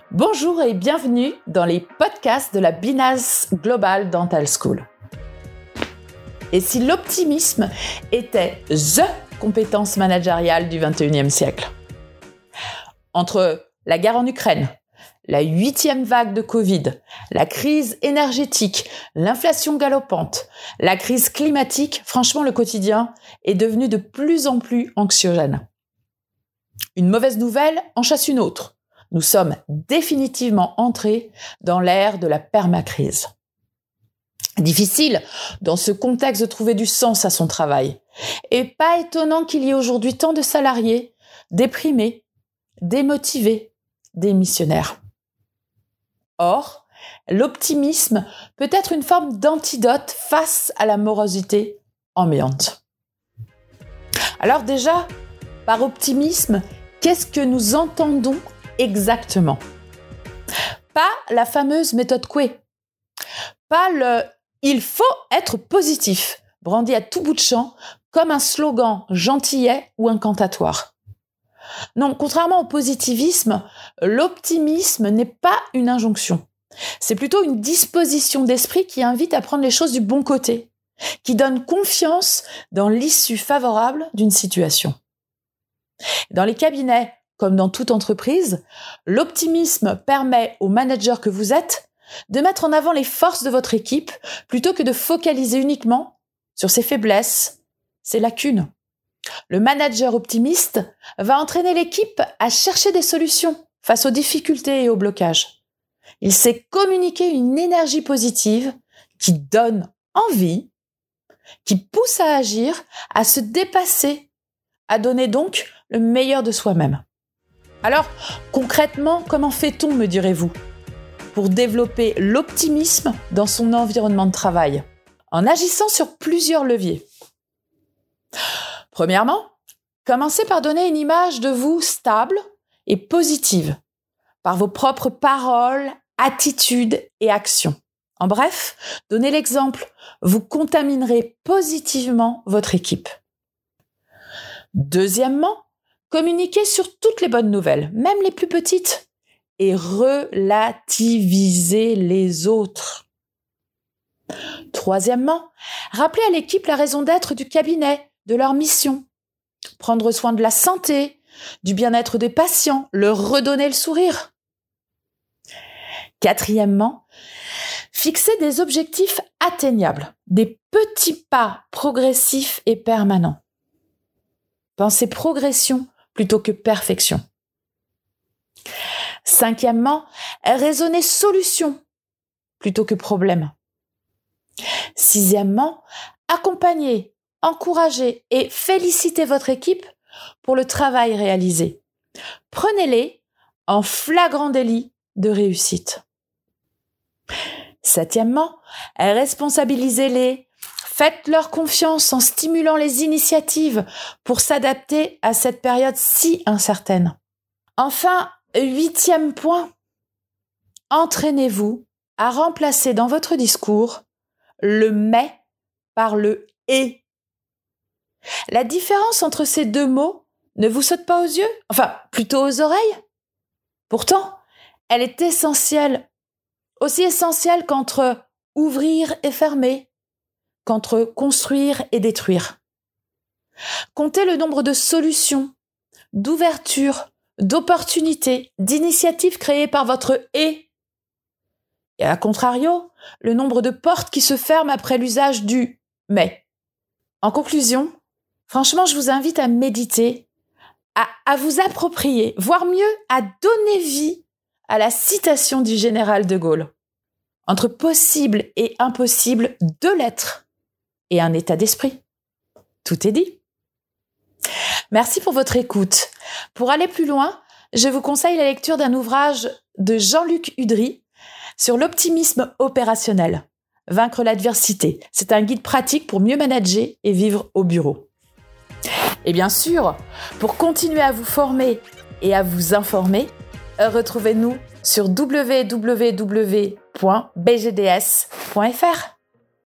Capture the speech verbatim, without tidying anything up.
Bonjour et bienvenue dans les podcasts de la Binaz Global Dental School. Et si l'optimisme était THE compétence managériale du vingt et unième siècle? Entre la guerre en Ukraine, la huitième vague de Covid, la crise énergétique, l'inflation galopante, la crise climatique, franchement, le quotidien est devenu de plus en plus anxiogène. Une mauvaise nouvelle en chasse une autre. Nous sommes définitivement entrés dans l'ère de la permacrise. Difficile, dans ce contexte, de trouver du sens à son travail. Et pas étonnant qu'il y ait aujourd'hui tant de salariés déprimés, démotivés, démissionnaires. Or, l'optimisme peut être une forme d'antidote face à la morosité ambiante. Alors déjà, par optimisme, qu'est-ce que nous entendons exactement? Pas la fameuse méthode Coué. Pas le « il faut être positif » brandi à tout bout de champ comme un slogan gentillet ou incantatoire. Non, contrairement au positivisme, l'optimisme n'est pas une injonction. C'est plutôt une disposition d'esprit qui invite à prendre les choses du bon côté, qui donne confiance dans l'issue favorable d'une situation. Dans les cabinets, comme dans toute entreprise, l'optimisme permet au manager que vous êtes de mettre en avant les forces de votre équipe plutôt que de focaliser uniquement sur ses faiblesses, ses lacunes. Le manager optimiste va entraîner l'équipe à chercher des solutions face aux difficultés et aux blocages. Il sait communiquer une énergie positive qui donne envie, qui pousse à agir, à se dépasser, à donner donc le meilleur de soi-même. Alors, concrètement, comment fait-on, me direz-vous, pour développer l'optimisme dans son environnement de travail? En agissant sur plusieurs leviers. Premièrement, commencez par donner une image de vous stable et positive, par vos propres paroles, attitudes et actions. En bref, donnez l'exemple, vous contaminerez positivement votre équipe. Deuxièmement, communiquez sur toutes les bonnes nouvelles, même les plus petites, et relativisez les autres. Troisièmement, rappelez à l'équipe la raison d'être du cabinet, de leur mission. Prendre soin de la santé, du bien-être des patients, leur redonner le sourire. Quatrièmement, fixez des objectifs atteignables, des petits pas progressifs et permanents. Pensez progression plutôt que perfection. Cinquièmement, raisonnez solution plutôt que problème. Sixièmement, accompagnez, encouragez et félicitez votre équipe pour le travail réalisé. Prenez-les en flagrant délit de réussite. Septièmement, responsabilisez-les. Faites-leur confiance en stimulant les initiatives pour s'adapter à cette période si incertaine. Enfin, huitième point, entraînez-vous à remplacer dans votre discours le « mais » par le « et ». La différence entre ces deux mots ne vous saute pas aux yeux, enfin plutôt aux oreilles. Pourtant, elle est essentielle, aussi essentielle qu'entre ouvrir et fermer, qu'entre construire et détruire. Comptez le nombre de solutions, d'ouvertures, d'opportunités, d'initiatives créées par votre « et ». Et à contrario, le nombre de portes qui se ferment après l'usage du « mais ». En conclusion, franchement, je vous invite à méditer, à, à vous approprier, voire mieux, à donner vie à la citation du général de Gaulle. Entre possible et impossible, deux lettres et un état d'esprit. Tout est dit. Merci pour votre écoute. Pour aller plus loin, je vous conseille la lecture d'un ouvrage de Jean-Luc Udry sur l'optimisme opérationnel. Vaincre l'adversité. C'est un guide pratique pour mieux manager et vivre au bureau. Et bien sûr, pour continuer à vous former et à vous informer, retrouvez-nous sur w w w point b g d s point f r.